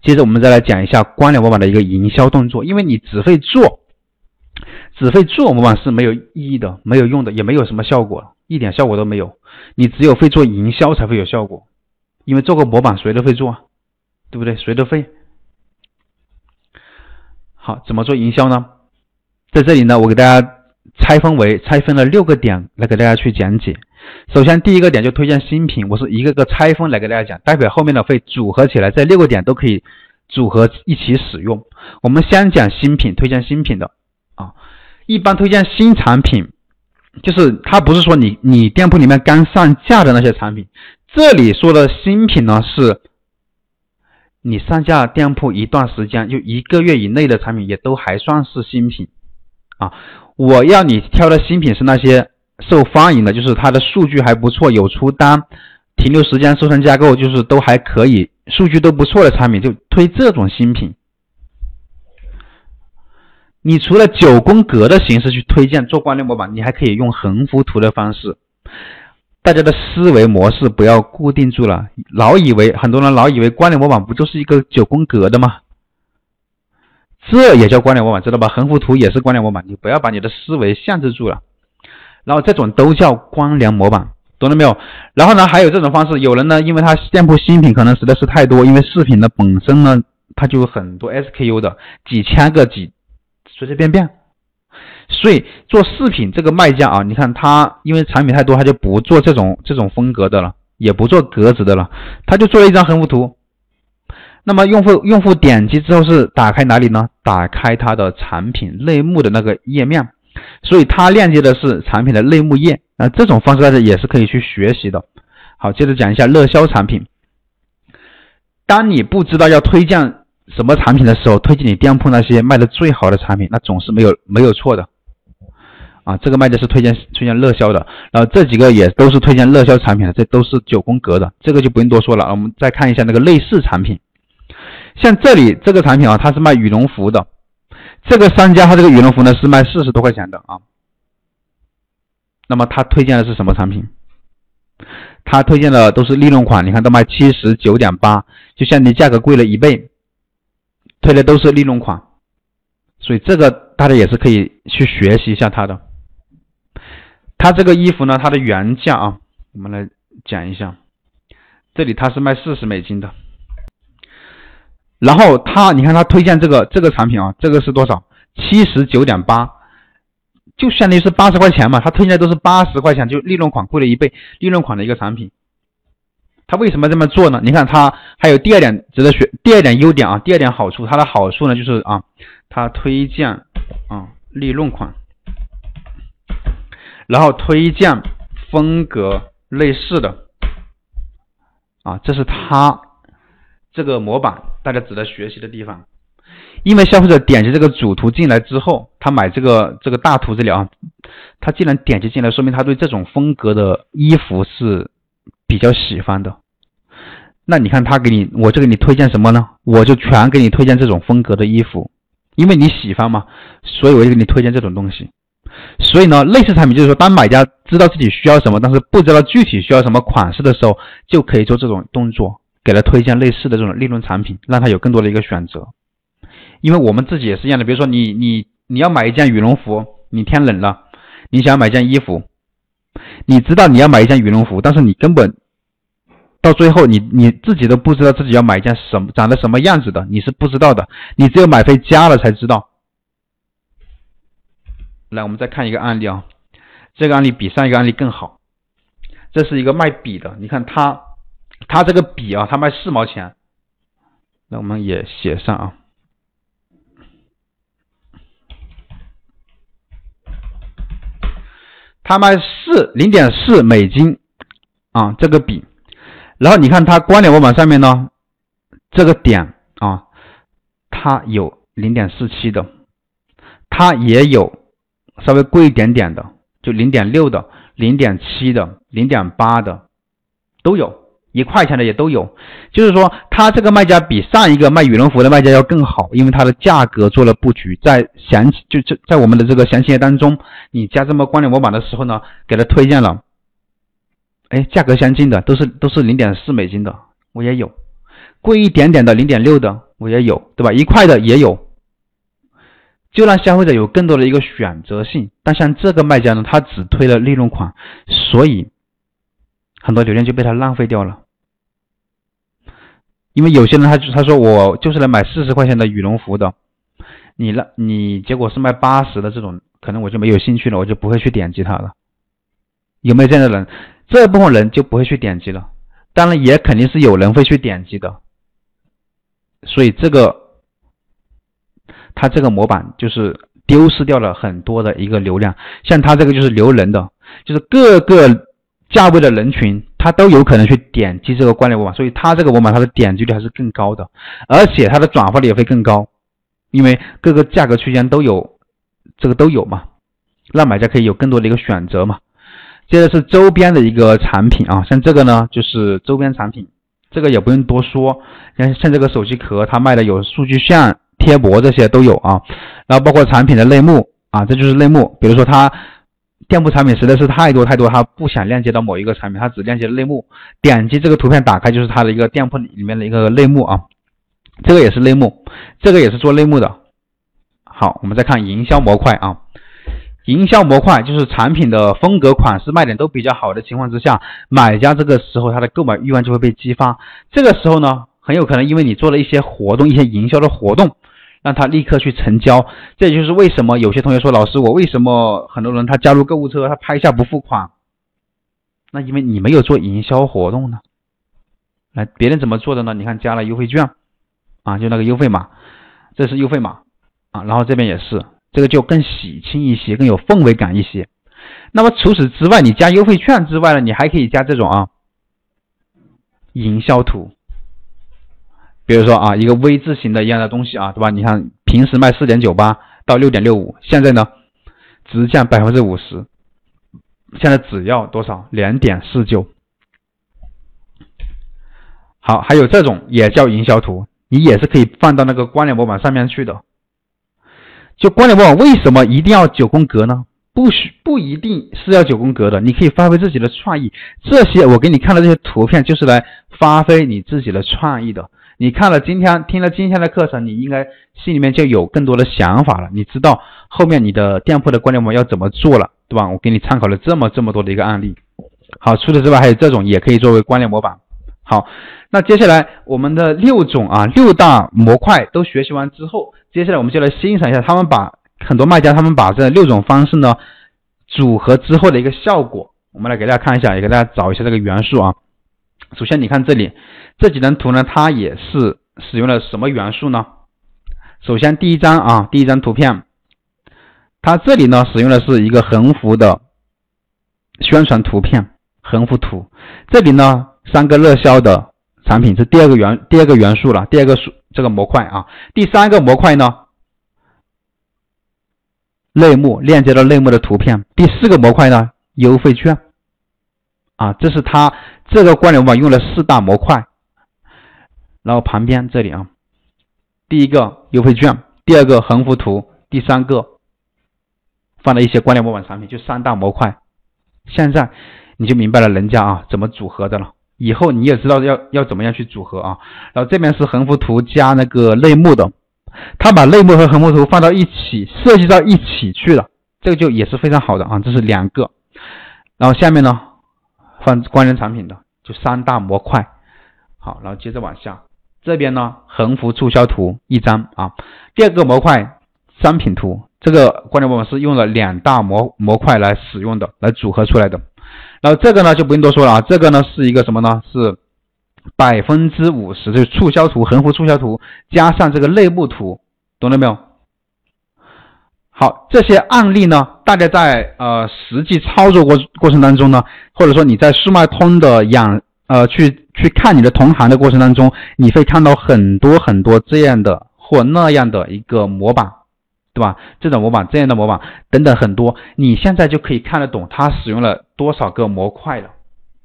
接着我们再来讲一下关联模板的一个营销动作，因为你只会做模板是没有意义的，没有用的，也没有什么效果，一点效果都没有。你只有会做营销才会有效果，因为做个模板谁都会做，对不对？谁都会。好，怎么做营销呢？在这里呢，我给大家拆分了6个点来给大家去讲解。首先第一个点就推荐新品，我是一个个拆分来给大家讲，待会后面的会组合起来，这6个点都可以组合一起使用。我们先讲新品，推荐新品的啊。一般推荐新产品，就是它不是说你店铺里面刚上架的那些产品，这里说的新品呢，是你上架店铺一段时间，就1个月以内的产品也都还算是新品啊。我要你挑的新品是那些受欢迎的，就是它的数据还不错，有出单，停留时间、收藏架构就是都还可以，数据都不错的产品，就推这种新品。你除了9宫格的形式去推荐做关联模板，你还可以用横幅图的方式。大家的思维模式不要固定住了，很多人老以为关联模板不就是一个9宫格的吗？这也叫关联模板，知道吧？横幅图也是关联模板，你不要把你的思维限制住了。然后这种都叫关联模板，懂了没有？然后呢，还有这种方式，有人呢，因为他店铺新品可能实在是太多，因为视频呢本身呢，它就有很多 SKU 的，几千个随随便便。所以做视频这个卖家啊，你看他因为产品太多，他就不做这种风格的了，也不做格子的了，他就做了一张横幅图。那么用户点击之后是打开哪里呢？打开他的产品类目的那个页面，所以他链接的是产品的类目页。这种方式大家也是可以去学习的。好，接着讲一下热销产品。当你不知道要推荐什么产品的时候，推荐你店铺那些卖的最好的产品，那总是没有错的啊。这个卖的是推荐热销的，然后这几个也都是推荐热销产品的，这都是9宫格的，这个就不用多说了。我们再看一下那个类似产品，像这里这个产品啊，它是卖羽绒服的，这个商家他这个羽绒服呢是卖40多块钱的啊。那么他推荐的是什么产品？他推荐的都是利润款，你看都卖 79.8， 就相当于价格贵了1倍，推的都是利润款，所以这个大家也是可以去学习一下他的。他这个衣服呢，它的原价啊，我们来讲一下，这里他是卖40美金的，然后你看他推荐这个产品啊，这个是多少？ 79.8， 就相当于是80块钱嘛，他推荐的都是80块钱，就利润款贵了1倍，利润款的一个产品。他为什么这么做呢？你看他还有第二点值得学，第二点优点啊，第二点好处，它的好处呢就是啊，他推荐利润款，然后推荐风格类似的啊，这是他这个模板大家值得学习的地方。因为消费者点击这个主图进来之后，他买这个大图这里啊，他既然点击进来，说明他对这种风格的衣服是比较喜欢的。那你看我就给你推荐什么呢？我就全给你推荐这种风格的衣服，因为你喜欢嘛，所以我就给你推荐这种东西。所以呢，类似产品就是说，当买家知道自己需要什么，但是不知道具体需要什么款式的时候，就可以做这种动作，给他推荐类似的这种利润产品，让他有更多的一个选择。因为我们自己也是一样的，比如说你要买一件羽绒服，你天冷了，你想买件衣服，你知道你要买一件羽绒服，但是你根本到最后你自己都不知道自己要买一件长得什么样子的，你是不知道的，你只有买回家了才知道。来，我们再看一个案例啊，这个案例比上一个案例更好。这是一个卖笔的，你看他这个笔啊，他卖4毛钱，那我们也写上啊。他卖0.4美金啊，这个笔。然后你看它关联模板上面呢，这个点啊，它有 0.47 的，它也有稍微贵一点点的，就 0.6 的、0.7 的、0.8 的都有，1块钱的也都有。就是说它这个卖家比上一个卖羽绒服的卖家要更好，因为它的价格做了布局，在我们的这个详情页当中，你加这么关联模板的时候呢，给它推荐了，价格相近的都是 0.4 美金的，我也有贵一点点的 0.6 的我也有，对吧？1块的也有，就让消费者有更多的一个选择性。但像这个卖家呢，他只推了利润款，所以很多流量就被他浪费掉了。因为有些人他说我就是来买40块钱的羽绒服的，你结果是卖80的这种，可能我就没有兴趣了，我就不会去点击它了。有没有这样的人？这部分人就不会去点击了，当然也肯定是有人会去点击的。所以他这个模板就是丢失掉了很多的一个流量。像他这个就是留人的，就是各个价位的人群他都有可能去点击这个关联模板，所以他这个模板它的点击率还是更高的，而且它的转化率也会更高，因为各个价格区间都有，这个都有嘛，让买家可以有更多的一个选择嘛。接着是周边的一个产品啊，像这个呢就是周边产品，这个也不用多说，像这个手机壳它卖的有数据线、贴膜这些都有啊，然后包括产品的类目啊，这就是类目。比如说它店铺产品实在是太多，它不想链接到某一个产品，它只链接类目，点击这个图片打开就是它的一个店铺里面的一个类目啊，这个也是类目，这个也是做类目的。好，我们再看营销模块啊。营销模块就是产品的风格、款式、卖点都比较好的情况之下，买家这个时候他的购买欲望就会被激发。这个时候呢，很有可能因为你做了一些活动、一些营销的活动，让他立刻去成交。这也就是为什么有些同学说，老师，我为什么很多人他加入购物车，他拍下不付款？那因为你没有做营销活动呢。来，别人怎么做的呢？你看加了优惠券啊，就那个优惠码，这是优惠码啊，然后这边也是。这个就更喜庆一些，更有氛围感一些。那么除此之外，你加优惠券之外呢，你还可以加这种啊营销图。比如说啊，一个 V 字形的一样的东西啊，对吧？你看平时卖 4.98 到 6.65， 现在呢直降 50%， 现在只要多少 2.49。 好，还有这种也叫营销图，你也是可以放到那个关联模板上面去的。就关联模板为什么一定要9宫格呢？不一定是要9宫格的，你可以发挥自己的创意。这些我给你看的这些图片就是来发挥你自己的创意的。你听了今天的课程，你应该心里面就有更多的想法了，你知道后面你的店铺的关联模板要怎么做了，对吧？我给你参考了这么多的一个案例。好，除此之外还有这种也可以作为关联模板。好，那接下来我们的6大模块都学习完之后，接下来我们就来欣赏一下很多卖家他们把这6种方式呢组合之后的一个效果。我们来给大家看一下，也给大家找一下这个元素啊。首先你看这里这几张图呢，它也是使用了什么元素呢？首先第一张图片，它这里呢使用的是一个横幅的宣传图片，横幅图。这里呢3个热销的产品是第二个元素了，第二个这个模块啊。第3个模块呢，类目，链接到类目的图片。第4个模块呢，优惠券啊，这是它这个关联模板用了4大模块。然后旁边这里啊，第一个优惠券，第2个横幅图，第3个放了一些关联模板产品，就3大模块。现在你就明白了人家怎么组合的了，以后你也知道要怎么样去组合啊。然后这边是横幅图加那个类目的，他把类目和横幅图放到一起，设计到一起去了，这个就也是非常好的啊。这是2个，然后下面呢放关联产品的，就3大模块。好，然后接着往下，这边呢横幅促销图1张啊。第2个模块商品图，这个关联模板是用了2大模块来使用的，来组合出来的。然后这个呢就不用多说了啊，这个呢是一个什么呢？是 50%， 就是促销图，横幅促销图加上这个类目图，懂了没有？好，这些案例呢，大家在实际操作过程当中呢，或者说你在速卖通的去看你的同行的过程当中，你会看到很多这样的或那样的一个模板，对吧？这种模板，这样的模板等等很多，你现在就可以看得懂它使用了多少个模块了。